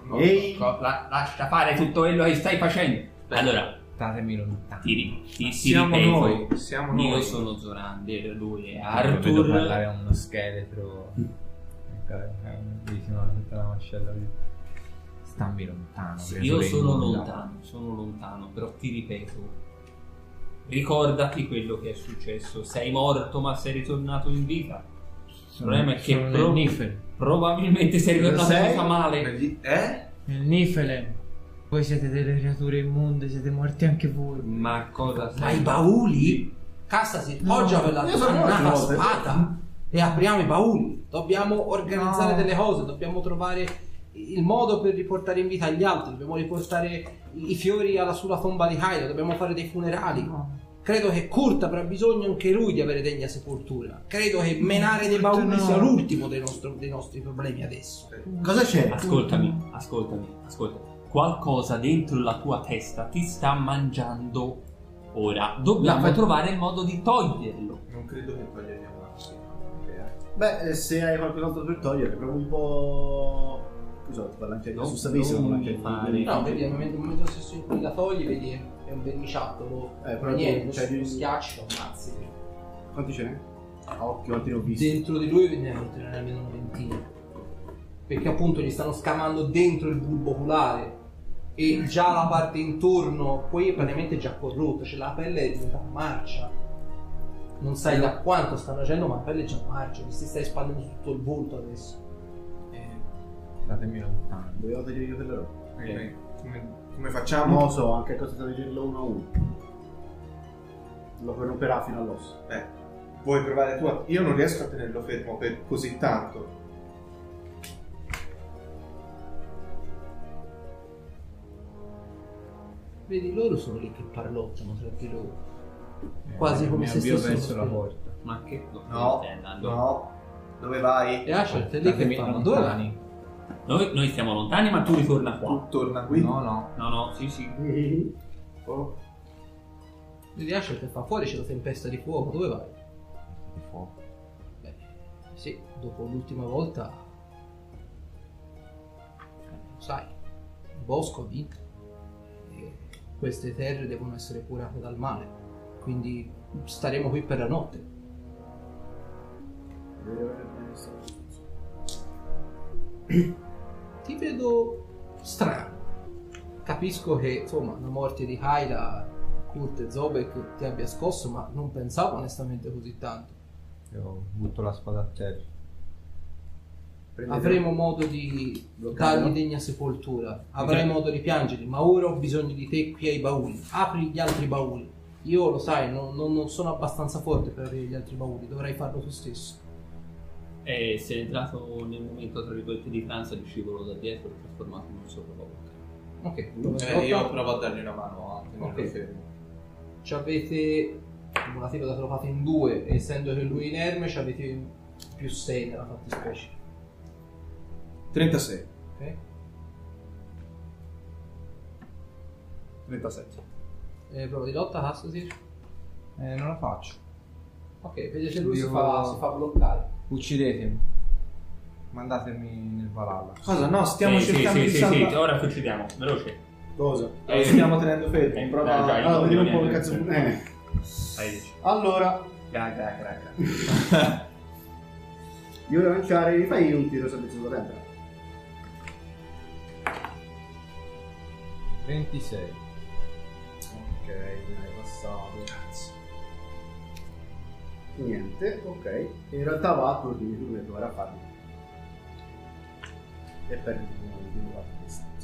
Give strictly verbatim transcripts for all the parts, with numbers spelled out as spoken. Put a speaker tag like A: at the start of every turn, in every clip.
A: Ehi.
B: La, lascia fare tutto quello che stai facendo. Beh, allora,
C: statemi lontano.
B: Ti, ti, ti
D: siamo
B: ripeto,
D: noi, siamo
B: io
D: noi.
B: sono Zorander, lui è
C: Arthur. Vedo
B: Arthur.
C: parlare a uno scheletro. Vicino tutta la mascella lì. Stammi lontano.
B: Io sono lontano, sono lontano, però ti ripeto, ricordati quello che è successo. Sei morto ma sei ritornato in vita. Il problema è che pro- probabilmente sei ritornato in vita male.
D: Eh?
C: Nel Nifele. Voi siete delle creature immonde, siete morti anche voi.
B: Ma cosa
E: Ma
B: sai?
E: i bauli? Cassa si poggia per la una spada e apriamo i bauli. Dobbiamo organizzare
C: No.
E: delle cose, dobbiamo trovare il modo per riportare in vita gli altri, dobbiamo riportare i fiori alla, sulla tomba di Hyla, dobbiamo fare dei funerali.
C: No.
E: Credo che Kurt avrà bisogno anche lui di avere degna sepoltura. Credo che menare dei bauli
C: no.
E: sia l'ultimo dei, nostro- dei nostri problemi adesso.
A: Cosa c'è?
B: Ascoltami, ascoltami, ascoltami. Qualcosa dentro la tua testa ti sta mangiando ora. Dobbiamo
C: No,
B: trovare il modo di toglierlo.
D: Non credo che toglieremo una
A: Beh, se hai qualcos'altro per togliere, provo un po'. Cosa so, lanciare
B: No,
A: su Savisa
B: non
A: non
B: mi fare.
E: No, vedi, nel momento, nel momento stesso in cui la togli, vedi è un verniciattolo.
A: Eh, però
E: niente,
A: c'è
E: lo
A: di-
E: schiaccio, ammazzi.
A: Quanti ce n'è? A occhio, quanti ne ho visti?
E: Dentro di lui ne ne ne almeno una ventina. Perché appunto gli stanno scamando dentro il bulbo oculare e già la parte intorno poi è praticamente già corrotta, cioè la pelle è diventata marcia. Non sai da quanto stanno facendo, ma la pelle è già marcia, che si sta espandendo su tutto il volto adesso.
C: Statemi lontano.
A: Dovevo togliere io quella roba.
D: Come, come, come facciamo?
A: Non lo so, anche cosa sta toglierlo uno a uno. Lo romperà fino all'osso.
D: Eh, vuoi provare tu? a- Io non riesco a tenerlo fermo per così tanto.
E: Vedi, loro sono lì che parlottano tra di loro.
C: Eh,
E: Quasi come
C: mi
E: se
C: avvio
E: stessero
C: verso la
E: spiriti.
C: porta.
B: Ma che dove
D: No,
B: stai andando?
D: no. Dove vai?
E: E Asher, te lì che
C: Statemi
E: fanno? Dove vai?
C: lontani.
B: Noi, noi stiamo lontani, ma tu ritorna qua.
D: Tu torna qui.
C: No, no.
B: No, no, sì, sì.
D: Oh.
E: Vedi Asher che fa fuori, c'è la tempesta di fuoco, dove vai?
C: Di fuoco.
E: Beh, sì, dopo l'ultima volta, lo sai, il bosco ha vinto e queste terre devono essere curate dal male, quindi staremo qui per la notte. Ti vedo strano. Capisco che insomma la morte di Hyla, Kurt e Zobek ti abbia scosso, ma non pensavo onestamente così tanto.
C: Io butto la spada a terra.
E: Avremo modo di
A: Bloccarlo?
E: dargli degna sepoltura, avrai modo di piangerli, ma ora ho bisogno di te qui ai bauli. Apri gli altri bauli. Io lo sai, non, non- non sono abbastanza forte per aprire gli altri bauli, dovrai farlo tu stesso.
B: E sei entrato nel momento tra virgolette di trance di scivolo da dietro e trasformato in un sopravvalutare.
E: Ok,
D: Eh, io provo a dargli una mano anche non
E: Ok.
D: lo fermo.
E: ci avete cumulativo da trovate in due, e essendo che lui è inerme, ci avete più sei nella fattispecie.
D: trentasei.
E: Ok?
A: trentasette.
E: Eh, prova di lotta, Castasir.
C: Eh, non la faccio.
E: Ok, vedete lui si,
C: Io-
E: fa, si fa bloccare.
C: Uccidetemi. Mandatemi nel Valhalla.
D: Cosa? No, stiamo
B: sì,
D: cercando
B: sì,
D: di
B: sì,
D: salvare.
B: sì, ora ti uccidiamo, veloce.
A: Cosa?
D: Lo stiamo tenendo fermo.
B: Eh,
D: Prova
B: eh, già, io
A: Allora,
B: non
A: vediamo un
B: vedo
A: po' che
B: niente.
A: cazzo. Eh.
B: Hai dici.
A: Allora,
D: Gra, gra, gra, gra.
A: io devo lanciare. Mi fai un tiro salvezza sulla tempra?
C: ventisei.
A: Ok, mi hai passato. Cazzo. Niente, ok. In realtà va a turni, tu devi provare a farlo. E perdi di nuovo la distanza.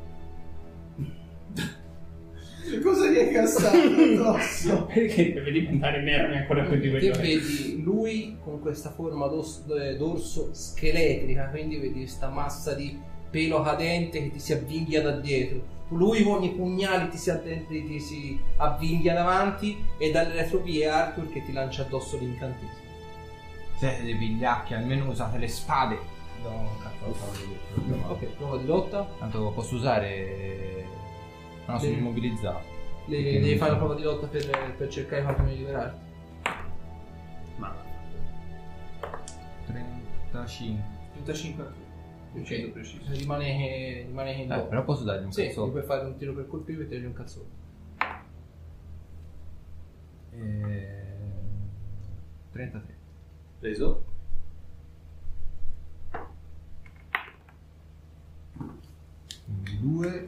D: Cosa gli è cassato addosso?
B: Perché deve diventare nero ancora più di
E: Te
B: quello che
E: vedi lui con questa forma d'os- eh, d'orso scheletrica, quindi vedi questa massa di pelo cadente che ti si avvinghia da dietro. Lui con i pugnali ti si, addentri, ti si avvinghia davanti, e dalle retrovie Arthur che ti lancia addosso l'incantesimo.
C: Siete dei vigliacchi, almeno usate le spade. Do un cazzo di spade dietro.
E: Ok, prova di lotta.
C: Tanto posso usare. No, sono
E: Sì.
C: immobilizzato.
E: Le,
C: Perché
E: devi
C: non
E: fare
C: so.
E: una prova di lotta per, per cercare di farmi liberarti.
B: Ma
C: trentacinque.
D: trentacinque.
B: Preciso, preciso.
E: Rimane, rimane in
C: Eh, però posso dargli un
E: Sì,
C: cazzotto.
E: gli puoi fare un tiro per colpire e tirargli un cazzotto.
C: E... trentatré.
D: Preso.
C: Quindi due.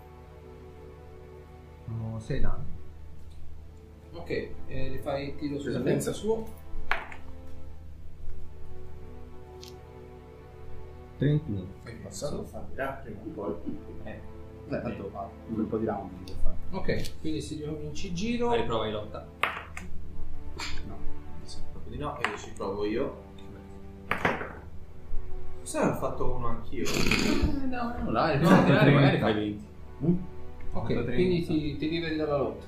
C: Sono sei danni.
E: Ok, eh, le fai il tiro sulla defensa suo.
C: trentuno.
A: È passato a fare miracoli, ma poi...
B: Eh,
A: Beh, tanto fa un bel po' di round per fare.
E: Ok, quindi si ricomincia il giro.
B: fai riprova di lotta.
A: No.
D: Mi sa proprio di no, e ci provo io. Se ho fatto uno anch'io.
B: Eh, no, no, dai,
C: No,
B: no,
C: trenta.
B: magari fai venti.
A: Mm?
E: Ok,
C: trenta.
E: quindi ti, ti liberi dalla lotta.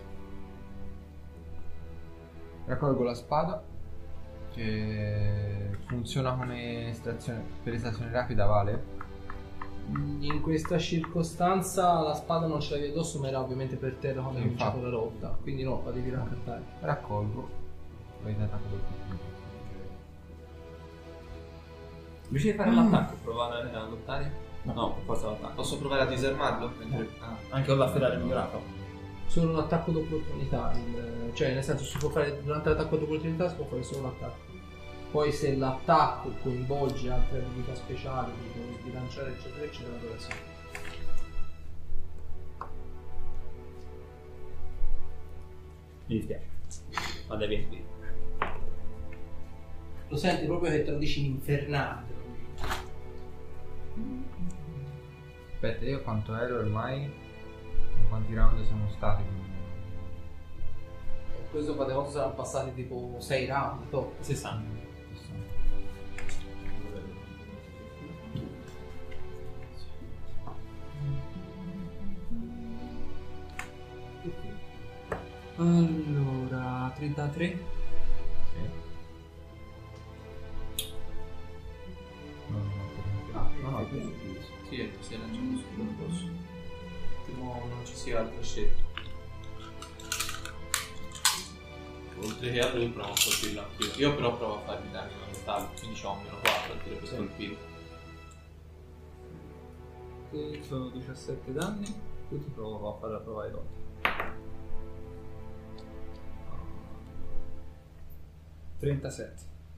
C: Raccolgo la spada che funziona come estrazione per estrazione rapida, vale?
E: In questa circostanza la spada non ce l'avevi addosso, ma era ovviamente per terra quando hai
C: Infatti.
E: cominciato la lotta. Quindi no, la devi raccattare.
C: Raccolgo. Avete attacco col colpo.
B: Invece di fare l'attacco, provare a lottare? No, per forza l'attacco.
D: Posso provare a disarmarlo? Mentre... Ah.
B: Anche con l'afferrare migliorato.
E: Solo l'attacco d'opportunità, il- cioè nel senso si può fare durante l'attacco d'opportunità si può fare solo l'attacco. Poi se l'attacco coinvolge altre abilità speciali, tipo sbilanciare eccetera eccetera, allora sì.
B: Mi dispiace. Ma devi qui.
E: Lo senti proprio che te lo dici in infernale.
C: Aspetta, io quanto ero ormai? In quanti round siamo stati?
E: Questo fate conto saranno passati tipo sei round, top.
B: sessanta. Allora, trentatré.
C: Sì. No, no, no,
D: Ah,
C: no, no, questo
D: Sì, è si è lanciato sul percorso. Temo non ci sia altra scelta. Oltre che a lui provo a colpirlo anch'io. Io però provo a fargli danni non letali, quindi ho un meno quattro a tiro per
E: Sì.
D: colpire.
B: Che sono diciassette danni. Tu ti provo a fare la prova di lotta. trentasette.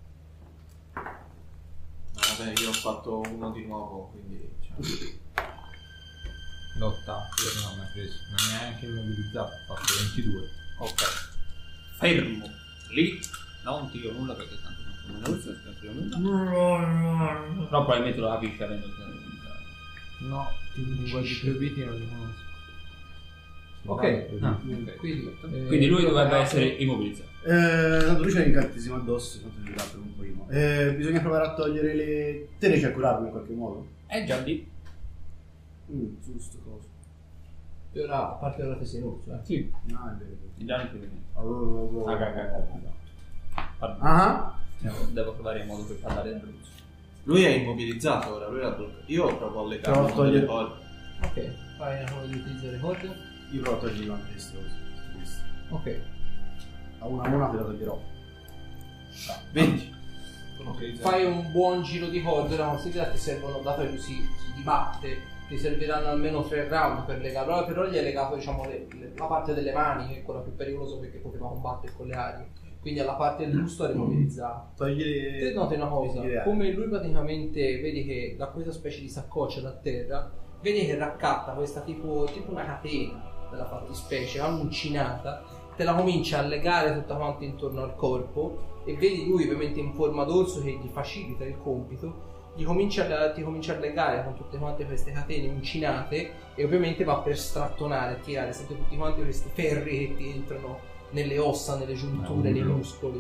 D: Ma vabbè, io ho fatto uno di nuovo, quindi cioè,
C: lotta, io non mi ha preso, non è neanche immobilizzato, ho fatto ventidue.
B: Ok. Fermo. Lì. Non tiro nulla perché tanto non sono nervoso, non tiro nulla. Però probabilmente lo capisci avendo
C: No, ti linguaggi proibiti non li conosco.
E: Ok.
C: Ah,
B: ok.
E: Quindi, eh,
B: Quindi lui dovrebbe
E: però-
B: essere immobilizzato.
A: Eh, tanto lui c'è l'incantesimo addosso, tanto di per un pochino. Eh, bisogna provare a togliere le... Te riesci a curarlo in qualche modo?
B: È già lì.
A: Mm, giusto, cosa.
E: E ora, a parte ora ti sei rosso, eh.
B: Sì.
A: No, è vero. è
B: I danni più di me.
A: vero.
B: Ah, cacca, cacca.
A: Ah,
B: Devo trovare il modo per parlare da lui.
D: lui è immobilizzato ora, lui l'ha bloccato. Io provo a legarlo
A: Provo a
D: con delle
A: togliere-
D: corde.
E: Ok, fai una prova di utilizzare le corde.
A: io provo a togliergli la destra così. Sinistra.
E: Ok.
A: A una a una te la toglierò.
D: venti.
E: Fai un buon giro di corde, da considerare ti servono, dato che lui si, si dibatte, ti serviranno almeno tre round per legarlo. Allora, però gli hai legato diciamo le- le- la parte delle mani, che è quella più pericolosa perché poteva combattere con le armi. Quindi alla parte del busto era immobilizzato.
A: Togli
E: Te
A: le...
E: noti una cosa,
A: togli le armi.
E: come lui praticamente vedi che da questa specie di saccoccia da terra, vedi che raccatta questa tipo, tipo una catena della fattispecie, uncinata, te la comincia a legare tutta quanto intorno al corpo e vedi lui ovviamente in forma d'orso che gli facilita il compito, gli comincia a, ti comincia a legare con tutte quante queste catene uncinate e ovviamente va per strattonare, a tirare sempre tutti quanti questi ferri che ti entrano nelle ossa, nelle giunture, nei muscoli.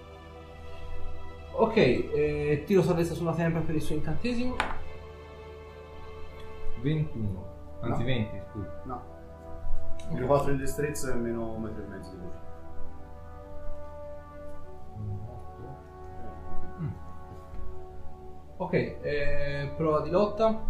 E: Ok, eh, tiro salvezza sulla tempra per il suo incantesimo.
C: ventuno, anzi
A: No.
C: venti, scusa.
A: No. Meno quattro di destrezza e meno un metro e mezzo di velocità.
E: Ok, eh, prova di lotta.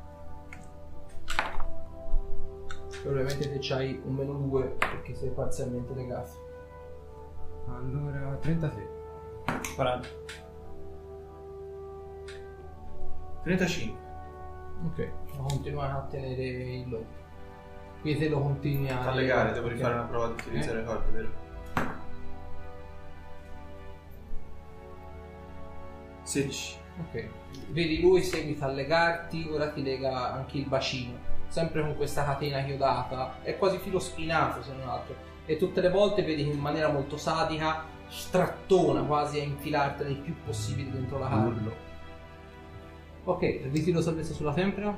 E: Ovviamente te c'hai un meno due perché sei parzialmente legato.
C: Allora, trentasei.
B: quaranta.
D: trentacinque.
E: Ok, lo continuare a tenere il lock. Quindi te lo continui a...
D: Fa legare, devo rifare una prova di utilizzare le corde, vero? sedici.
E: Ok, vedi lui seguita a legarti, ora ti lega anche il bacino, sempre con questa catena chiodata, è quasi filo spinato se non altro, e tutte le volte vedi che in maniera molto sadica strattona quasi a infilartela il più possibile dentro la carne. Ok, ritiro salvezza sulla tempra.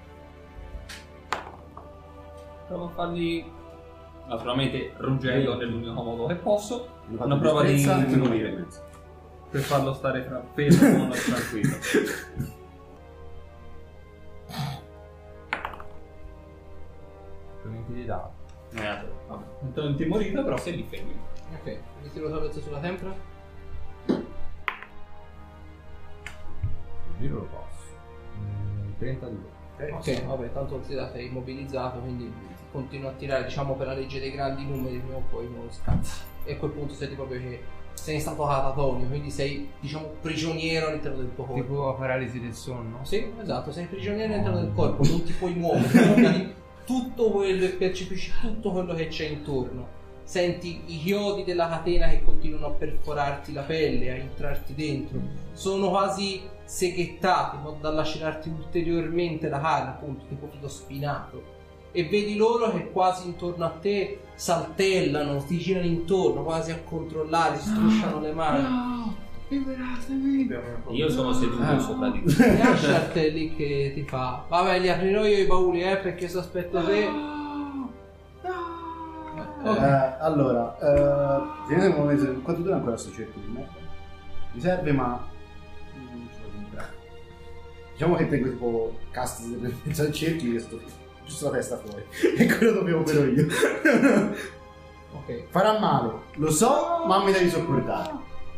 B: Provo a fargli, naturalmente ruggendo nell'unico modo che posso,
A: Una
B: una prova di
A: destrezza e
B: intimorire.
A: intimorire.
B: Per farlo stare tra fermo e tranquillo.
C: venti di dado.
B: Eh, vabbè. Intanto intimorito, però se li fermi.
E: Ok, ritiro salvezza sulla tempra.
C: Giro lo posso. Mm, trentadue.
E: Ok, vabbè, tanto Zeta è immobilizzato, quindi continua a tirare, diciamo, per la legge dei grandi numeri, prima o poi non lo scazzi. E a quel punto senti proprio che sei stato catatonio, quindi sei, diciamo, prigioniero all'interno del tuo corpo.
C: Tipo paralisi del sonno.
E: Sì, esatto, sei prigioniero all'interno del corpo, non ti puoi muovere, vedi tutto quello e percepisci tutto quello che c'è intorno. Senti i chiodi della catena che continuano a perforarti la pelle, a entrarti dentro. Sono quasi seghettati, in modo da lacerarti ulteriormente la carne, appunto, tipo filo spinato. E vedi loro che quasi intorno a te saltellano, ti girano intorno, quasi a controllare, strusciano le mani.
C: No, liberatemi.
B: Io sono seduto
A: Ah.
B: sopra di te.
E: E Ashart è lì che ti fa: vabbè, li aprirò io i bauli, eh, perché se aspetto te.
A: Eh, allora, eh, tenete un momento, quanto dura ancora sto cerchio di merda? Mi serve, ma non ce l'ho di bravo. Diciamo che tengo tipo cast nel mezzo al cerchio e sto giusto la testa fuori. E quello dovevo però io.
E: Ok,
A: Farà male, lo so, ma mi devi sopportare.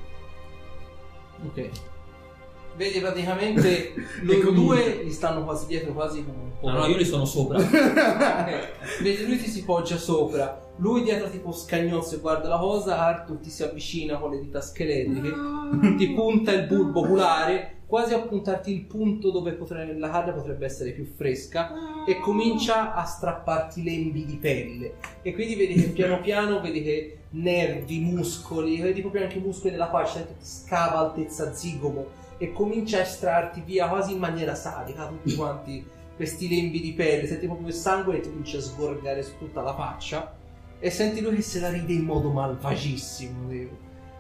E: ok. Vedi praticamente
A: E
E: loro
A: comincia.
E: due gli stanno quasi dietro, quasi come un po'.
B: No, no, io li sono sopra.
E: Ok. Vedi, lui ti si poggia sopra, lui dietro tipo scagnozzo e guarda la cosa, Arthur ti si avvicina con le dita scheletriche, ti punta il bulbo oculare, quasi a puntarti il punto dove potrebbe, la carne potrebbe essere più fresca, e comincia a strapparti lembi di pelle. E quindi vedi che piano piano vedi che nervi, muscoli, vedi proprio anche i muscoli della faccia, senti che ti scava a altezza zigomo e comincia a estrarti via quasi in maniera sadica tutti quanti questi lembi di pelle, senti proprio il sangue e ti comincia a sgorgare su tutta la faccia e senti lui che se la ride in modo malvagissimo. Vero?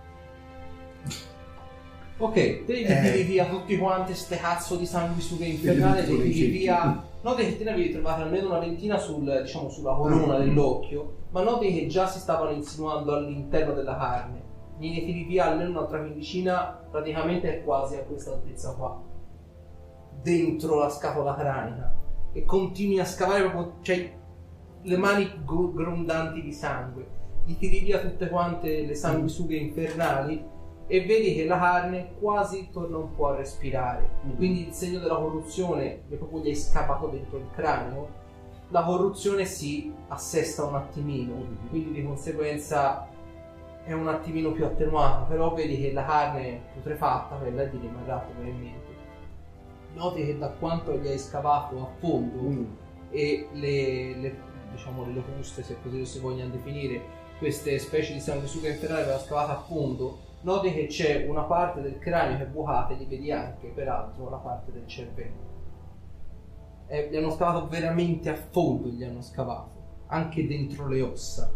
E: Ok, te li
A: Eh.
E: tiri via tutti quanti ste cazzo di sanguisughe infernali,
A: Vedi
E: li
A: tutti
E: tiri
A: i
E: via. Noti che te ne avevi trovate almeno una ventina sul, diciamo, sulla corona dell'occhio, ma noti che già si stavano insinuando all'interno della carne. Gliene tiri via almeno un'altra quindicina, praticamente è quasi a questa altezza qua, dentro la scatola cranica, e continui a scavare proprio, cioè le mani gr- grondanti di sangue, gli tiri via tutte quante le sanguisughe infernali e vedi che la carne quasi torna un po' a respirare.
A: Mm.
E: Quindi il segno della corruzione che proprio gli hai scavato dentro il cranio, la corruzione si assesta un attimino, quindi di conseguenza è un attimino più attenuata, però vedi che la carne putrefatta, quella gli rimarrà probabilmente. Noti che da quanto gli hai scavato a fondo
A: Mm.
E: e le, le, diciamo, le locuste, se così lo si vogliono definire, queste specie di sanguisughe infernali vengono scavate a fondo, noti che c'è una parte del cranio che è bucata e gli vedi anche, peraltro, la parte del cervello. E li hanno scavato veramente a fondo, gli hanno scavato, anche dentro le ossa.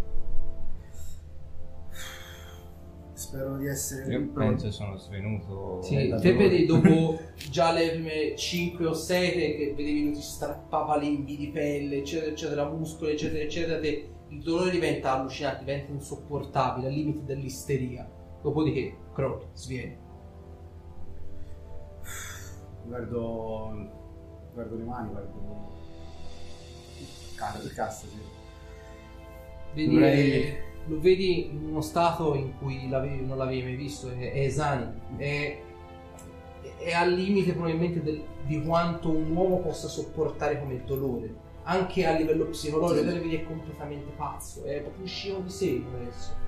A: Spero di essere
C: Io
A: pronto.
C: penso sono svenuto.
E: Sì,
A: da
E: te
A: dolore.
E: vedi dopo già le prime cinque o sei che vedevi lui ti strappava lembi di pelle, eccetera, eccetera, muscoli, eccetera, eccetera, te, il dolore diventa allucinante, diventa insopportabile, al limite dell'isteria. Dopodiché crolli, svieni.
A: Guardo, guardo le mani, guardo il cast, sì.
E: Vedi,
A: Dovrei-
E: eh, lo vedi in uno stato in cui l'avevi- non l'avevi mai visto, è, è esanime, è, è al limite probabilmente del- di quanto un uomo possa sopportare come dolore, anche a livello psicologico.
A: Sì.
E: Te lo vedi, è completamente pazzo, è proprio uscito di sé adesso.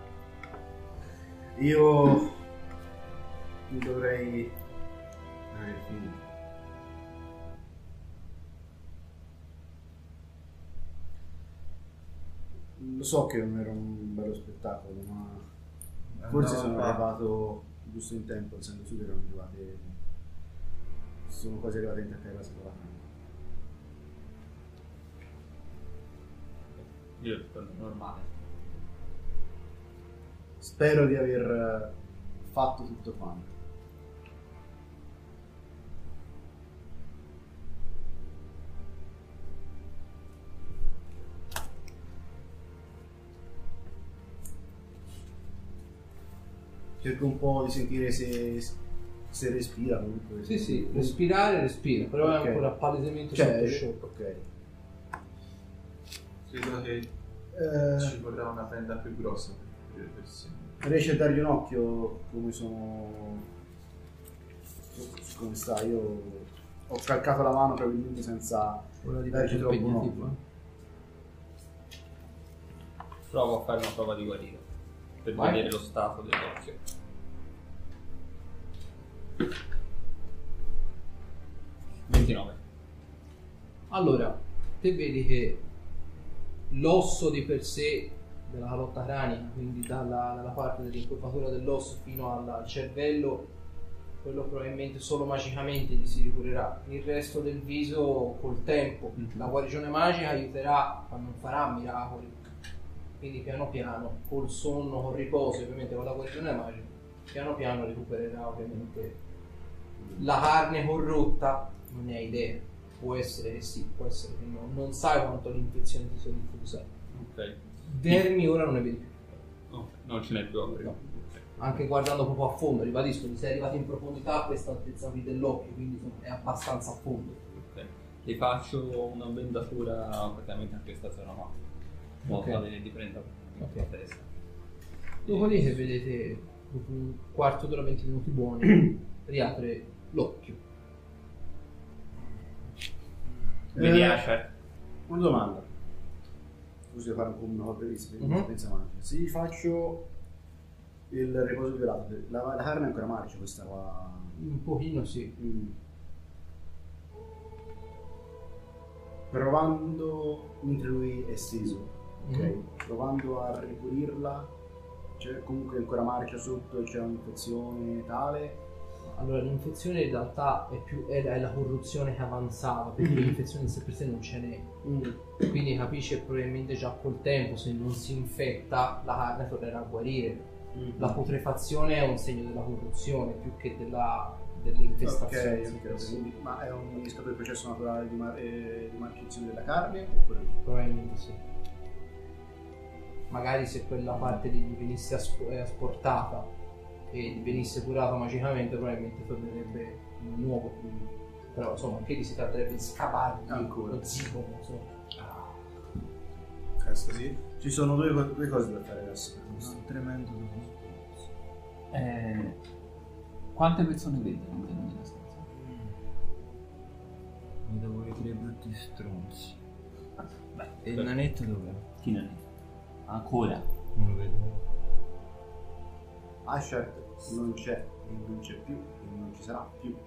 A: Io mi dovrei... Eh, finito. Lo so che non era un bello spettacolo, ma forse sono arrivato giusto in tempo, essendo su che erano arrivate. Sono quasi arrivate in terra con la canna.
B: Io rispondo normale.
A: Spero di aver fatto tutto quanto. Cerco un po' di sentire se, se respira comunque.
E: Sì, sì, respirare, respira, però
A: Ok.
E: è ancora palesemente
A: Cioè,
E: sotto shock.
A: ok.
D: Credo che
A: Eh,
D: ci vorrà una tenda più grossa per vedersi.
A: riesci a dargli un occhio come sono. su come sta? Io ho calcato la mano probabilmente senza
E: Ora
A: darci
E: diventa
A: troppo un
E: impegnativo.
A: occhio.
B: Provo a fare una prova di guarire per
E: Vai.
B: vedere lo stato dell'occhio. ventinove.
E: Allora, te vedi che l'osso di per sé della calotta cranica, quindi dalla, dalla parte dell'incurvatura dell'osso fino al, al cervello, quello probabilmente solo magicamente gli si ricurerà. Il resto del viso col tempo.
B: Mhm.
E: La guarigione magica aiuterà, ma non farà miracoli. Quindi piano piano, col sonno, col riposo, ovviamente con la guarigione magica, piano piano recupererà ovviamente la carne corrotta. Non ne hai idea. Può essere che sì, può essere che no. Non sai quanto l'infezione si sia diffusa.
B: Ok.
E: Vermi ora non ne vedi più.
B: Oh, non ce n'è più a
E: No. Anche guardando proprio a fondo, ribadisco, ti sei arrivato in profondità a questa altezza qui dell'occhio, quindi insomma, è abbastanza a fondo.
B: Ok. Gli faccio una bendatura praticamente a questa zona qua. In modo
E: Ok.
B: tale che ti prenda
E: Ok.
B: la testa.
E: Dopodiché vedete, dopo un quarto d'ora, venti minuti buoni, riapre l'occhio.
B: Vedi
A: Eh,
B: Asher?
A: Una domanda. Scusi, fare un po' una cosa brevissima,
E: Mhm.
A: pensa magica. Se gli faccio il riposo violato, la, la carne è ancora marcia questa qua.
E: Un pochino sì.
A: Mm. Provando, mentre lui è steso, ok?
E: Mhm.
A: Provando a ripulirla, c'è comunque ancora marcia sotto, c'è un'infezione tale.
E: Allora l'infezione in realtà è più è, è la corruzione che avanzava, perché
A: Mhm.
E: l'infezione in sé per sé non ce n'è. Quindi capisce che probabilmente già col tempo, se non si infetta, la carne tornerà a guarire. La putrefazione è un segno della corruzione più che della, dell'infestazione.
A: Ok, ok, ok. Quindi, ma è un stato del processo naturale di, mar- eh, di marchizione della carne oppure no?
E: Probabilmente sì. Magari se quella parte lì gli venisse aspo- eh, asportata e gli venisse curata magicamente, probabilmente tornerebbe di nuovo. Però insomma, anche lì si tratterebbe di scavargli
A: Ancora.
E: lo zigomo. Insomma.
D: Questo sì.
A: Ci sono due, co- due cose da fare adesso.
C: Un tremendo sforzo.
B: Eh, quante persone vedi all'interno della stanza?
C: Mi devo vedere brutti stronzi.
B: Beh,
C: E il nanetto dov'è?
B: chi non è? Ancora?
C: Non lo vedo.
A: Asher non c'è, e non c'è più, e non ci sarà più.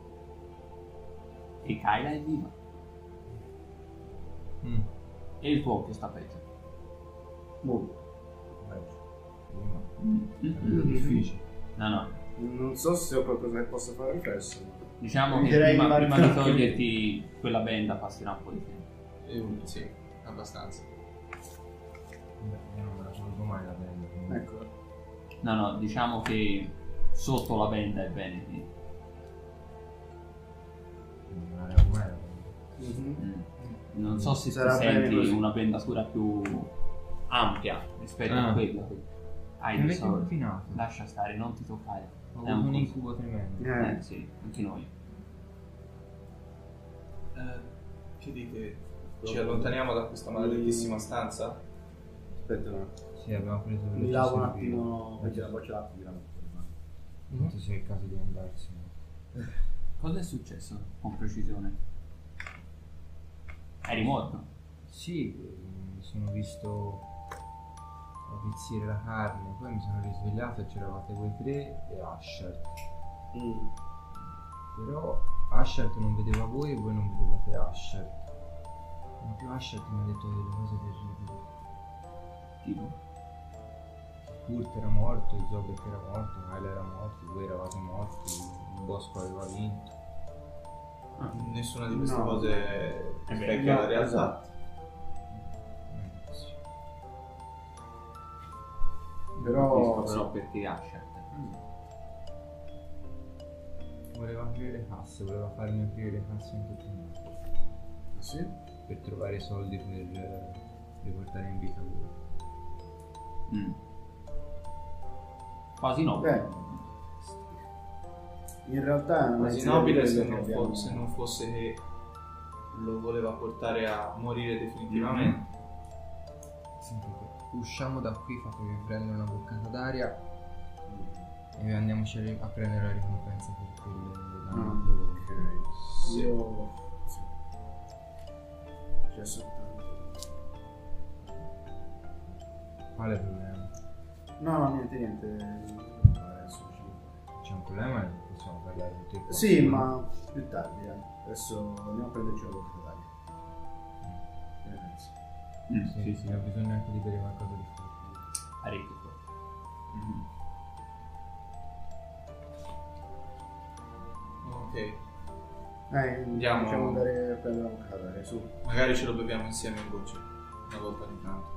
B: E Kyla è viva.
C: Mm.
B: E il tuo occhio sta peggio.
A: Molto.
B: Mm.
C: È difficile.
B: No, no.
A: Non so se ho qualcosa che possa fare adesso.
B: Diciamo che
A: Direi
B: prima,
A: di
B: prima di
A: marcare-
B: toglierti quella benda passerà un po' di tempo.
D: Eh, sì, abbastanza.
C: Beh, io non me la tolgo mai la benda. quindi-
A: Ecco.
B: No, no, diciamo che sotto la benda è bene. Sì.
C: quindi non la levo mai la benda.
B: Mm. Non so se
A: Sarà
B: ti
A: bene
B: senti
A: così.
B: una bendatura più ampia rispetto
C: Ah.
B: a quella che hai
C: Mi
B: di
C: avete
B: solito.
C: confinato.
B: Lascia stare, non ti toccare.
C: Ho
B: È
C: avuto
B: un
C: un
B: po'
C: incubo tremendo.
A: Eh.
B: Eh sì, anche noi.
D: Eh, che dite? Ci allontaniamo da questa maledettissima stanza?
A: Aspetta un attimo.
C: Sì, abbiamo preso
A: Mi
C: veloce
A: lavo un
C: servito.
A: attimo, perché la boccia l'acqua mi lavo un po'.
C: Tanto sia il caso di andarsene.
B: Cosa è successo con precisione? Eri morto?
C: Sì, mi sono visto avvizzire la carne, poi mi sono risvegliato e c'eravate voi tre e Asher.
A: Mm.
C: Però Asher non vedeva voi e voi non vedevate Asher. Ma più Asher mi ha detto delle cose terribili.
B: Tipo?
C: Kurt era morto, Zobek era morto, Kyle era morto, voi eravate morti, il bosco aveva vinto.
D: Ah, nessuna di queste
A: No.
D: cose
A: beh,
D: specchia
A: no,
D: la realtà.
A: esatto.
C: Eh, sì.
A: Però...
B: Però perché Asher?
C: Voleva aprire le casse, voleva farmi aprire le casse in tutto il mondo.
A: Sì?
C: Per trovare soldi per eh, riportare in vita lui.
B: Mm. Quasi no.
A: Beh, in realtà è una
D: Quasi
A: serie di
D: nobile
A: quelle
D: se
A: che
D: non,
A: abbiamo-
D: fo- se non fosse che lo voleva portare a morire definitivamente.
C: Sentite, usciamo da qui, fatevi prendere una boccata d'aria e andiamoci a, ri- a prendere la ricompensa per quel
A: Ah,
C: danno.
A: ok. Io... Sì. C'è soltanto...
C: Qual è il problema?
A: No, no, niente, niente. Non fare adesso, diciamo.
C: C'è un problema e possiamo parlare tutti e quattro.
A: Sì, ma più tardi, eh. Adesso andiamo a prenderci una boccata d'aria. Che ne pensi?
B: Mm,
C: Sì,
B: sì,
C: sì,
B: sì.
C: ho bisogno anche di bere qualcosa di forte.
B: Parecchio forte.
D: Mhm. Ok,
A: Eh,
D: Andiamo.
A: Possiamo andare a prendere una boccata d'aria, su.
D: magari ce lo beviamo insieme in voce, una volta ogni tanto.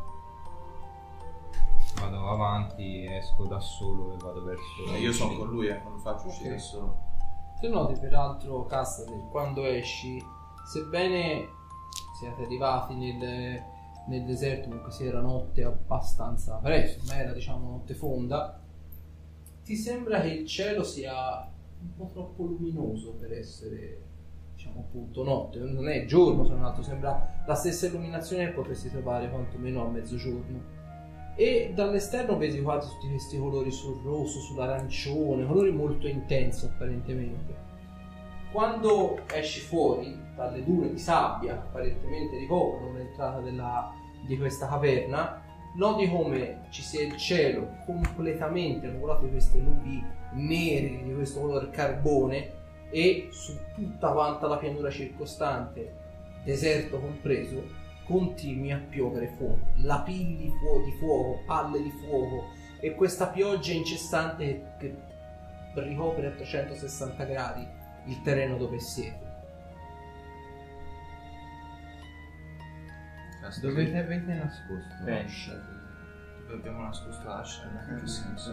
C: Vado avanti, esco da solo e vado verso...
D: Eh, io sono con lui, eh, non lo faccio uscire da solo.
E: Se noti peraltro, Castaner, quando esci, sebbene siate arrivati nel, nel deserto, comunque si era notte abbastanza presto, ma era diciamo notte fonda, ti sembra che il cielo sia un po' troppo luminoso per essere, diciamo appunto, notte. Non è giorno, se non altro, sembra la stessa illuminazione che potresti trovare quantomeno a mezzogiorno. E dall'esterno vedi quasi tutti questi colori sul rosso, sull'arancione, colori molto intensi apparentemente. Quando esci fuori dalle dune di sabbia, apparentemente ricoprono l'entrata della, di questa caverna, noti come ci sia il cielo completamente nuvolato di queste nubi nere, di questo colore carbone, e su tutta quanta la pianura circostante, deserto compreso, continui a piovere fuoco, lapilli di, fuo- di fuoco, palle di fuoco, e questa pioggia incessante che, che ricopre a trecentosessanta gradi il terreno dove siete.
C: Dove ti avete nascosto?
B: Pesce.
D: Dove abbiamo nascosto Asher? In che senso?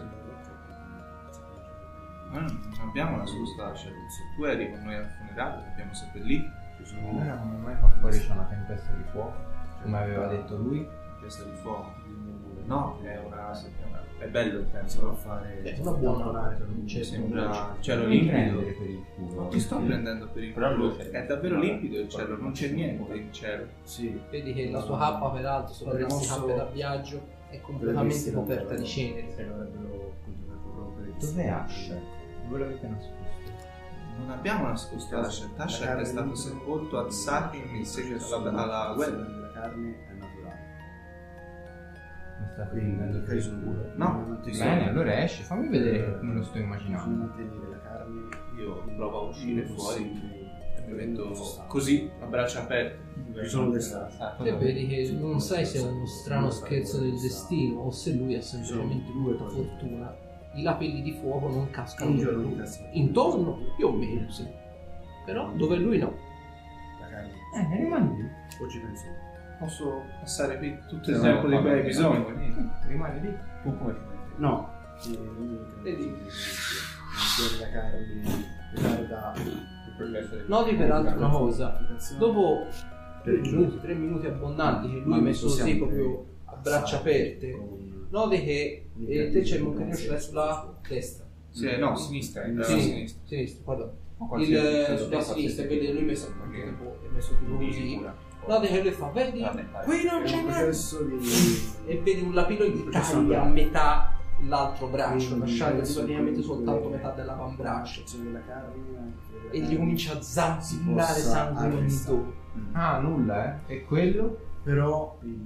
D: Noi non non abbiamo nascosto Asher. Tu eri con noi al funerale, l'abbiamo seppellito.
C: Allora come mai qua fuori c'è una tempesta di fuoco? Come aveva detto lui?
D: Testa di fuoco. No, è una... è bello, penso.
A: a fare...
E: È una buona
A: C'è
D: Sembra cielo
C: Non mi
D: limpido.
C: prendere per il culo.
D: Non ti sto prendendo per il
B: Però
D: culo.
B: lui c'è.
D: È davvero limpido il cielo, non c'è niente in cielo.
A: Sì.
E: Vedi che la sua cappa, peraltro, sulla
A: Avremmo
E: queste cappe
A: so-
E: da viaggio, è completamente coperta di cenere.
A: Se dovrebbero continuare a corrompere.
C: Dov'è Asher? Dove l'avete nascosto?
D: Non abbiamo nascosto Asher. Asher è stato sepolto a Sahin in seguito alla, alla guerra.
A: La carne è naturale.
C: Mi state
A: Quindi
C: prendendo per
A: fai
C: il
A: sul
C: culo?
A: culo.
D: No,
A: non ti
C: Bene, allora esci, fammi vedere che me lo sto
A: Bisogna
C: immaginando.
A: mantenere la carne.
D: Io provo a uscire fuori e mi metto
A: così.
D: così, a braccia aperte.
A: Ci sono le strade.
E: E vedi che non sai se è uno strano scherzo del destino o se lui ha semplicemente avuto fortuna. I lapilli di fuoco non cascano
A: Un
E: dove
A: giorno
E: lui.
A: di cazzo.
E: Intorno più o meno, sì. Però dove lui no.
A: La carne.
C: Eh, rimani lì.
A: O ci penso.
D: Posso passare qui tutto
C: No,
D: il tempo di
C: vabbè,
D: cui hai bisogno.
C: Rimani lì.
B: Tu come ti metti?
A: No. Sì,
E: Vedi?
A: la carne riguarda
B: Il progresso del...
E: Noti peraltro una cosa. Dopo tre
A: Per
E: minuti, tre minuti abbondanti che lui
A: Ma
E: ha messo
A: possiamo
E: così
A: dire-
E: proprio a braccia aperte,
A: con-
E: noti che eh, te c'è il moncadino ce l'hai sulla destra.
D: Sì, no, sinistra, era
E: Sinistra,
D: sinistra.
E: sinistra, pardon.
B: Ma
E: Il,
B: qualsiasi-
E: eh,
B: credo
E: sulla
B: che
E: sinistra,
B: qualsiasi-
E: vedi lui messo
B: perché-
E: tipo, è messo tipo così. Noti che lui fa, vedi?
B: Vabbè, dai.
E: Qui non
A: È
E: c'è
A: un
E: niente.
A: processo di...
E: E vedi un lapino gli
A: Processo
E: taglia a
A: andante.
E: metà l'altro braccio,
A: Quindi
E: lasciandogli
A: penso
E: praticamente
A: che
E: soltanto
A: quelle-
E: metà dell'avambraccio.
A: della carne
E: E gli comincia a zampillare
A: possa
E: sangue in ogni
A: arrestare.
E: dove.
C: Ah, nulla, eh? E quello?
A: Però il,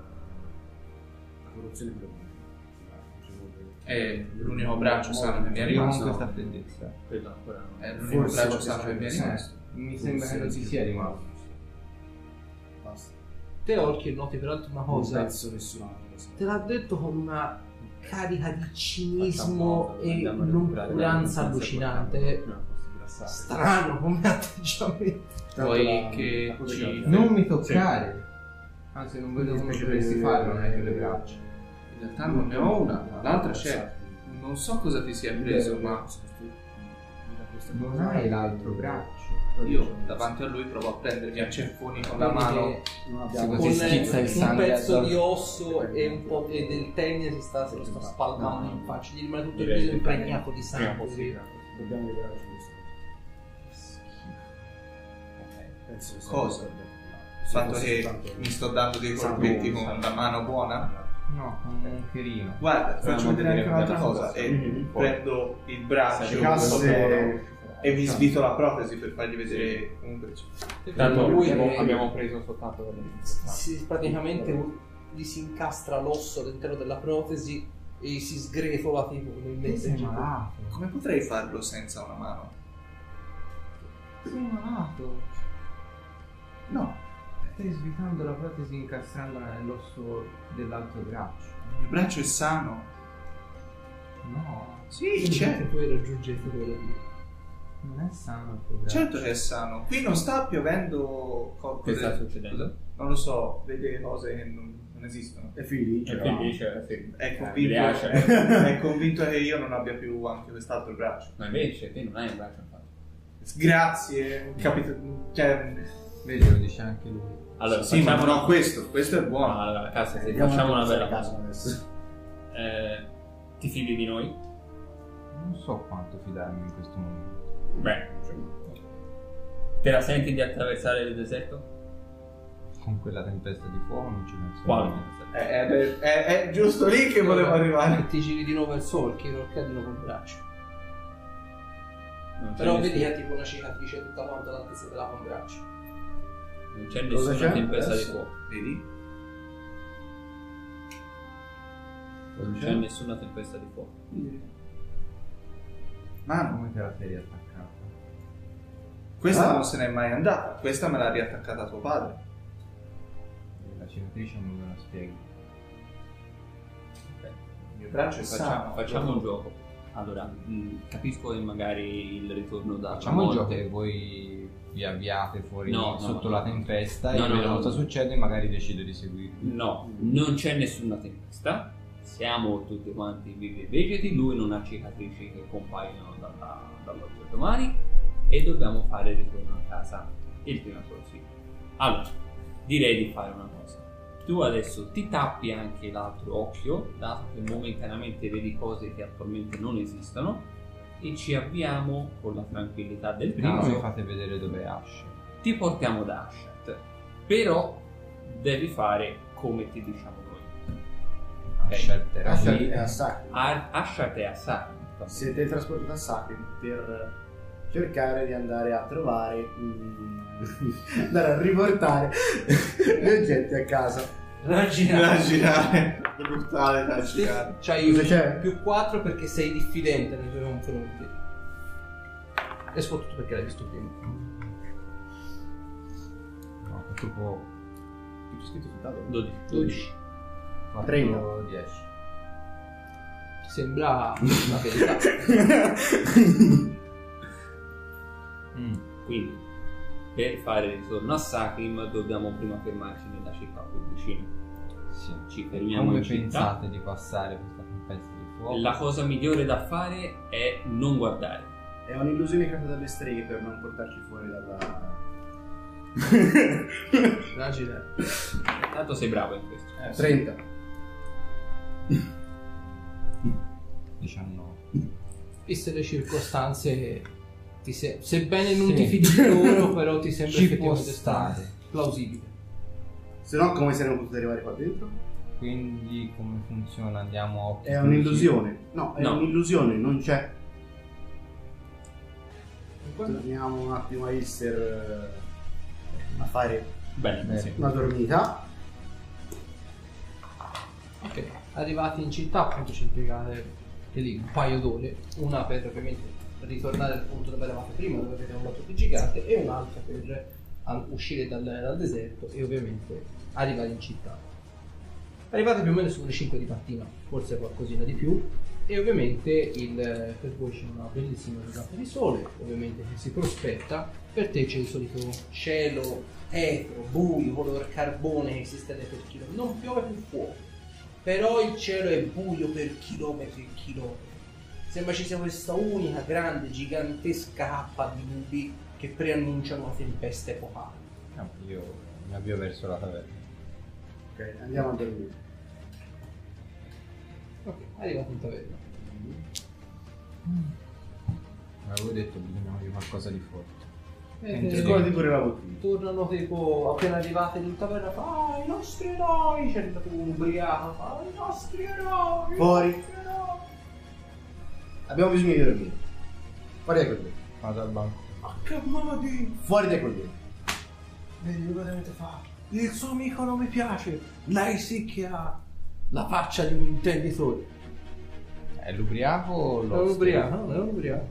A: la corruzione è quello che
D: È l'unico braccio sano che mi è
C: Io con
D: rimasto.
C: questa freddezza.
B: Credo ancora no.
D: È l'unico
A: Forse
D: braccio
A: qualche
D: sano che mi è
A: cosa-
D: rimasto.
C: Mi sembra che non ci sia rimasto.
A: basta.
E: Te Orchi noti peraltro una
A: Non
E: cosa.
A: penso nessun altro.
E: Te l'ha detto con una carica di cinismo
C: Facciamo-
E: e
C: andiamo a recuperare
E: noncuranza
C: la
E: allucinante.
C: No, posso passare.
E: Strano come atteggiamento.
D: Vuoi che ci-
C: Non mi toccare. Anzi, non vedo come
A: Invece
C: dovresti
A: per-
C: farlo, non hai più le braccia.
D: In realtà non ne ho una, l'altra c'è. Non so cosa ti sia preso, ma
C: Non hai l'altro braccio.
D: io davanti a lui provo a prendermi a ceffoni con la mano.
A: Non
C: Sì,
A: abbiamo
C: così
E: Con
C: schizza il
E: un
C: sangue
E: pezzo
C: addosso.
E: di osso e un po' e del tendine si sta, si sta spalmando in faccia. Gli rimane tutto il
B: Direi
E: viso
B: che
E: impregnato di
B: prima
E: sangue.
B: possibile.
A: Dobbiamo liberarci di questo. Penso che sia
D: Cosa?
A: un po'
D: Il fatto
A: Sì,
D: che
A: soltanto-
D: mi sto dando dei
A: Sangue,
D: colpetti con
A: sangue.
D: la mano buona.
C: No, con un cherino.
D: Guarda, faccio
C: Proviamo a
D: vedere anche
C: vedere
D: un'altra
C: come
D: cosa.
C: andiamo
D: E
A: Mhm.
D: prendo il braccio
A: Le casse...
D: e mi svito la protesi per fargli vedere comunque.
B: Tanto
E: Lui
B: abbiamo,
E: è-
B: abbiamo preso soltanto quello di
E: si, praticamente gli si incastra l'osso all'interno della protesi e si sgretola tipo nel
C: Che
E: mezzo.
C: sei malato.
D: Come potrei farlo senza una mano?
C: Sei malato.
D: No,
C: Stai svitando la protesi incastrandola nell'osso dell'altro braccio.
D: il mio braccio è sano.
C: No,
D: Sì, c'è.
E: Poi raggiungete quello lì.
C: non è sano il tuo braccio.
D: Certo che è sano. Qui non sta piovendo. co-
B: Che sta
D: cose-
B: succedendo?
D: Non lo so, vede cose che non, non esistono.
A: È felice.
B: È felice, sì.
D: È
B: Eh,
D: convinto,
B: mi piace.
D: è, è convinto che io non abbia più anche quest'altro braccio.
B: Ma invece te non hai un braccio infatti.
D: Grazie, capito? Cioè,
C: Vedi, lo dice anche lui.
B: Allora,
D: sì, ma
B: facciamo
D: non questo, questo è buono.
B: Allora, cazzo, se
A: Andiamo
B: facciamo
A: a
B: una bella
A: casa
B: cosa.
A: adesso.
B: Eh, ti fidi di noi?
C: Non so quanto fidarmi in questo momento.
B: Beh, te la senti di attraversare il deserto?
C: Con quella tempesta di fuoco non ci penso.
B: Quale?
C: neanche.
D: È, è- è- è giusto lì che volevo arrivare.
E: Ti giri di nuovo verso Orchi, Orchi di nuovo il braccio.
B: Non c'è
E: Però
B: nessun-
E: vedi che ha tipo una cicatrice tutta quanta all'altezza dell'avambraccio.
B: non c'è
A: Cosa
B: nessuna
A: c'è?
B: tempesta di
A: Adesso?
B: fuoco.
D: Vedi?
B: Non c'è nessuna tempesta di fuoco.
D: Ma
C: Come te la sei riattaccata?
D: questa
A: Ah.
D: non se n'è mai andata. Questa me l'ha riattaccata tuo padre.
C: La cicatrice non me la spieghi.
D: Il mio braccio è
B: Facciamo,
D: sano.
B: facciamo un gioco. Allora, mh, capisco che magari il ritorno da
C: Facciamo il
B: morte-
C: gioco che voi vi avviate fuori
B: No, no,
C: sotto
B: no.
C: la tempesta
B: No,
C: e
B: no,
C: vedo
B: no,
C: cosa
B: no.
C: succede e magari decido di seguirvi.
B: No, non c'è nessuna tempesta. Siamo tutti quanti vivi e vegeti. Lui non ha cicatrici che compaiono dalla- dall'oggi al domani. E dobbiamo fare il ritorno a casa il prima possibile. Allora, direi di fare una cosa. Tu adesso ti tappi anche l'altro occhio, dato che momentaneamente vedi cose che attualmente non esistono, e ci avviamo con la tranquillità del
C: Prima mi
B: caso.
C: fate vedere dove è Ash.
B: Ti portiamo da Ashat, però devi fare come ti diciamo noi.
C: Asher era
A: Asher
C: qui.
A: è a Sacri.
B: A- Ashat è a Sacri.
A: Siete trasportati a Sacri per cercare di andare a trovare, mm, andare a riportare gli oggetti a casa.
D: Da girare. Brutale da girare.
E: C'hai
A: Cosa
E: un
A: c'è?
E: più quattro perché sei diffidente nei tuoi confronti. E soprattutto perché l'hai visto prima.
C: No, questo può.
A: Che c'è scritto sul tavolo?
B: dodici.
E: dodici.
A: trenta.
C: dieci.
E: Sembra la verità.
C: Mm.
B: Quindi, per fare il ritorno a Sakrim dobbiamo prima fermarci nella città più vicina.
C: Sì.
B: Ci fermiamo
C: Come
B: in città.
C: pensate di passare questa tempesta di fuoco?
B: La cosa migliore da fare è non guardare.
A: È un'illusione creata dalle streghe per non portarci fuori dalla...
E: Immagina.
B: Tanto sei bravo in questo.
A: trenta.
C: diciannove.
E: Viste le circostanze, ti se- sebbene non
C: Sì.
E: ti fidi di loro, però ti sembra
C: Ci può
E: effettivamente
C: stare.
E: strano. Plausibile.
A: Se no come saremmo potuti arrivare qua dentro?
C: Quindi come funziona? Andiamo a occhi
A: È
C: chiusi?
A: un'illusione. No, è
B: No.
A: un'illusione, non c'è. Torniamo un attimo a Ister eh, a fare
B: Bene,
C: Bene.
B: sì.
A: una dormita.
E: Ok, arrivati in città appunto ci impiegate che lì un paio d'ore, una per ovviamente ritornare al punto dove eravate prima, dove avete un botto di gigante, e un'altra per a uscire dal, dal deserto e ovviamente arrivare in città. Arrivate più o meno sulle cinque di mattina, forse qualcosina di più, e ovviamente il, per voi c'è una bellissima giornata di sole, ovviamente che si prospetta, per te c'è il solito cielo etero, buio, color carbone che si stende per chilometri, non piove più fuoco, però il cielo è buio per chilometri e chilometri. Sembra ci sia questa unica grande, gigantesca cappa di nubi che preannunciano una tempesta epocale.
C: No, io mi avvio verso la taverna.
A: Ok, andiamo a dormire.
E: Ok, arrivate in taverna.
C: Avevo detto bisogna di qualcosa di forte.
E: Eh,
C: Sì.
A: Scordi pure la bottiglia.
E: tornano tipo appena arrivate in taverna fa ah i nostri eroi, c'è arrivato un ubriaco fa i nostri eroi,
A: Fuori.
E: i nostri eroi.
A: Abbiamo bisogno di dormire. Fuori dai colleghi.
C: Vado al banco.
E: Ma che modi,
A: Fuori dai colleghi.
E: vedi cosa avete fatto, il suo amico non mi piace, lei sì che ha la faccia di un intenditore.
C: È l'ubriaco o
E: È un
C: l'oste?
E: ubriaco, no? È un ubriaco.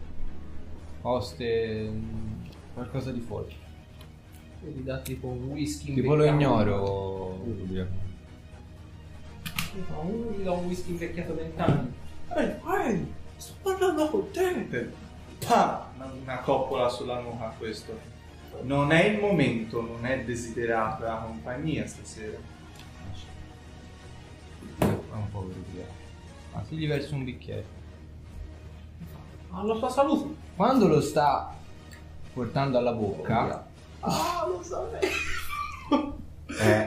C: Oste... mh, qualcosa di forte.
E: Vedi dà tipo un whisky
C: Tipo lo
E: invecchiato.
C: ignoro l'ubriaco.
E: Mi fa, uno gli dà un whisky invecchiato vent'anni. Ehi, ehi, sto parlando con te.
F: Pa! Una, una coppola sulla nuca a questo. Non è il momento, non è desiderato la compagnia stasera.
C: È un po' ubriaco. Ma si gli verso un bicchiere.
E: Alla sua salute.
C: Quando lo sta portando alla bocca,
E: Ah, lo sapevo.
C: eh,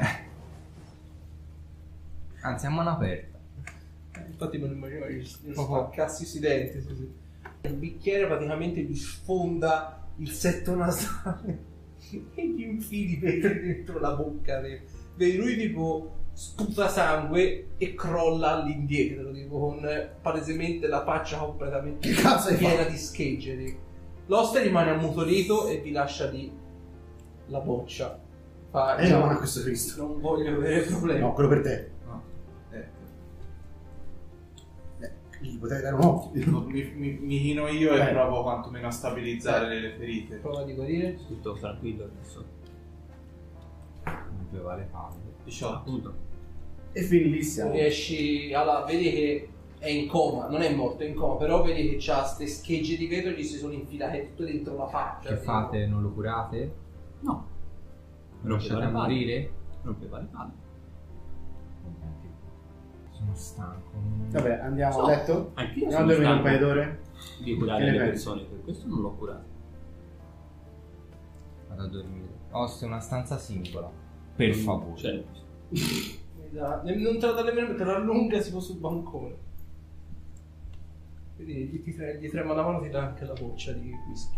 C: anzi a mano aperta,
E: Infatti me lo immagino che gli
C: Oh.
E: spaccassi i denti. Sì, sì. Il bicchiere praticamente gli sfonda il setto nasale e gli infili per dentro la bocca. Vedi lui tipo sputa sangue e crolla all'indietro, tipo con palesemente la faccia completamente
A: Che cazzo hai
E: piena
A: fatto?
E: di schegge. L'oste rimane ammutolito e vi lascia lì la boccia. Fa,
A: Eh,
E: "Già,
A: no, ma questo Cristo.
E: non voglio avere problemi.
A: No, quello per te.
F: No. Eh,
A: Eh, gli potrei dare un occhio.
F: mi, mi, mi chino io e
A: Eh.
F: provo quantomeno a stabilizzare le ferite.
E: Prova di guarire.
B: Tutto tranquillo adesso.
C: non piova le palle.
F: diciotto.
B: Appunto.
A: E fin lì siamo.
E: Riesci allora, vedi che è in coma, non è morto, è in coma, però vedi che c'ha ste schegge di vetro e gli si sono infilate tutto dentro la faccia.
C: Che
E: tipo.
C: fate? Non lo curate?
B: No.
C: Lo lasciate
B: Rompeva le palle.
C: morire?
B: Rompeva le palle.
C: Sono stanco.
A: Vabbè, andiamo
B: So.
A: a letto.
B: Anch'io
A: Andiamo a
B: sono
A: dormire un
B: stanco
A: paio d'ore.
B: di curare
A: Che ne
B: le
A: pensi?
B: persone, per questo non l'ho curato.
C: Vado a dormire. Oste una stanza singola. Per favore.
B: Cioè,
E: Mi dà- non te la dà nemmeno, te la allunga tipo sul bancone. Vedi, gli, ti tre- gli trema la mano, ti dà anche la goccia di whisky.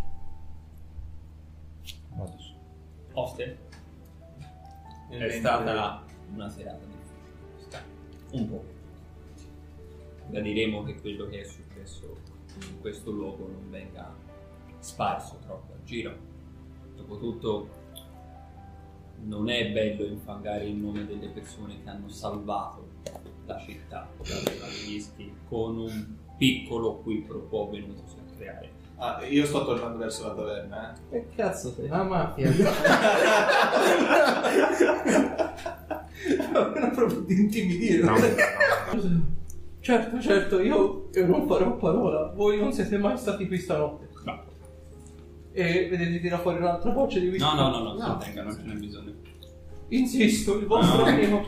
C: Vado su.
B: Oste,
F: Nel
B: è
F: mentre-
B: stata una serata difficile. Un po'. Gradiremo che quello che è successo in questo luogo non venga sparso troppo a giro. Dopotutto non è bello infangare il nome delle persone che hanno salvato la città dagli rischi con un piccolo qui pro quo venutosi a creare.
F: Ah, io sto tornando verso la taverna, eh.
E: Che cazzo sei? Ah, mafia. Non proprio di intimidire. Certo, certo, io, io non farò parola. Voi non siete mai stati qui stanotte.
B: No,
E: E vedete tira fuori un'altra boccia di whisky.
B: no, no, no, no,
A: No.
B: si tenga, non ce n'è bisogno.
E: Insisto, il vostro
B: No.
E: amico.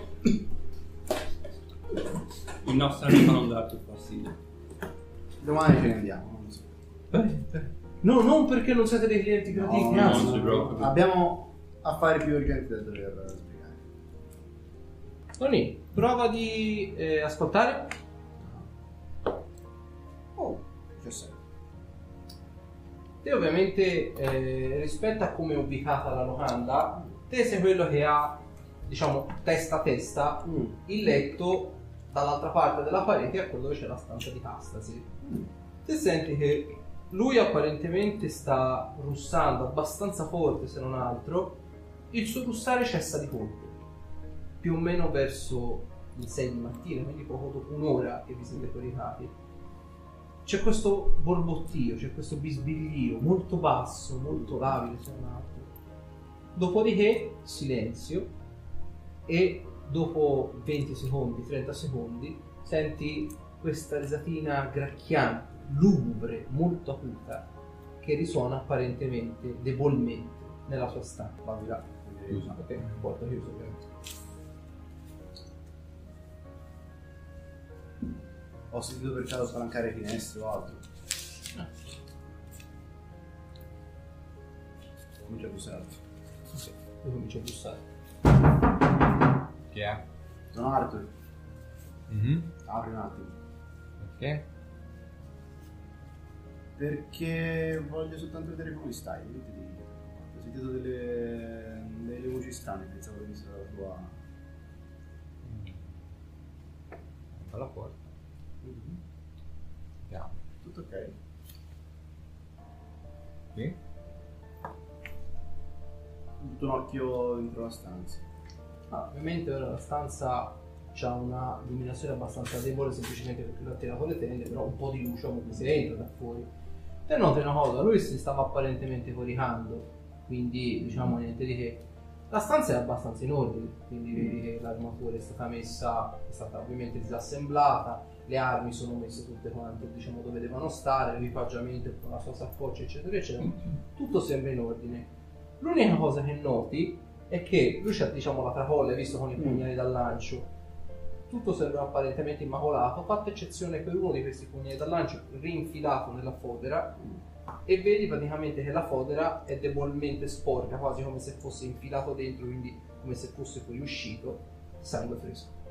B: Il nostro amico non darà più fastidio.
A: Domani ce ne andiamo. Non so.
E: Beh, beh. No, non perché non siete dei clienti graditi,
A: No,
E: anzi.
B: non si preoccupi.
A: Abbiamo affari più urgenti da dover spiegare.
E: Tony, prova di eh, ascoltare.
A: Oh, diciassette.
E: Te ovviamente eh, rispetto a come è ubicata la locanda, te sei quello che ha, diciamo, testa a testa
A: Mm.
E: il letto dall'altra parte della parete a quello dove c'è la stanza di Castasi. Te senti che lui apparentemente sta russando abbastanza forte, se non altro. Il suo russare cessa di colpo, più o meno verso le sei di mattina, quindi poco dopo un'ora che vi siete coricati. C'è questo borbottio, c'è questo bisbiglio molto basso, molto labile, se non altro. Dopodiché silenzio e dopo venti secondi, trenta secondi senti questa risatina gracchiante, lugubre, molto acuta che risuona apparentemente debolmente nella sua stanza.
A: Va di là.
E: Chiusa, perché porta chiusa ovviamente.
A: Ho sentito per caso spalancare finestre o altro. Comincia a bussare.
E: Ok, io comincio a bussare.
C: Chi è?
A: Sono Arthur.
C: Mhm.
A: Apri un attimo.
C: Ok.
A: Perché voglio soltanto vedere come stai. Niente di... Ho sentito delle... delle voci strane, pensavo venisse dalla tua...
C: Alla porta.
A: Mhm.
C: Andiamo.
A: Tutto ok.
C: Qui.
A: Butto un occhio dentro la stanza.
E: Ah, ovviamente ora la stanza ha una illuminazione abbastanza debole semplicemente perché lui ha tirato le tende, però un po' di luce comunque si entra da fuori. E noti una cosa, lui si stava apparentemente coricando, quindi diciamo niente di che. La stanza è abbastanza in ordine, quindi vedi che l'armatura è stata messa, è stata ovviamente disassemblata, le armi sono messe tutte quante diciamo dove devono stare, l'equipaggiamento con la sua saccoccia eccetera eccetera, tutto sembra in ordine. L'unica cosa che noti è che lui c'ha diciamo la tracolla, visto con i pugnali da lancio, tutto sembra apparentemente immacolato, fatta eccezione per uno di questi pugnali da lancio rinfilato nella fodera, e vedi praticamente che la fodera è debolmente sporca, quasi come se fosse infilato dentro, quindi come se fosse fuoriuscito sangue fresco.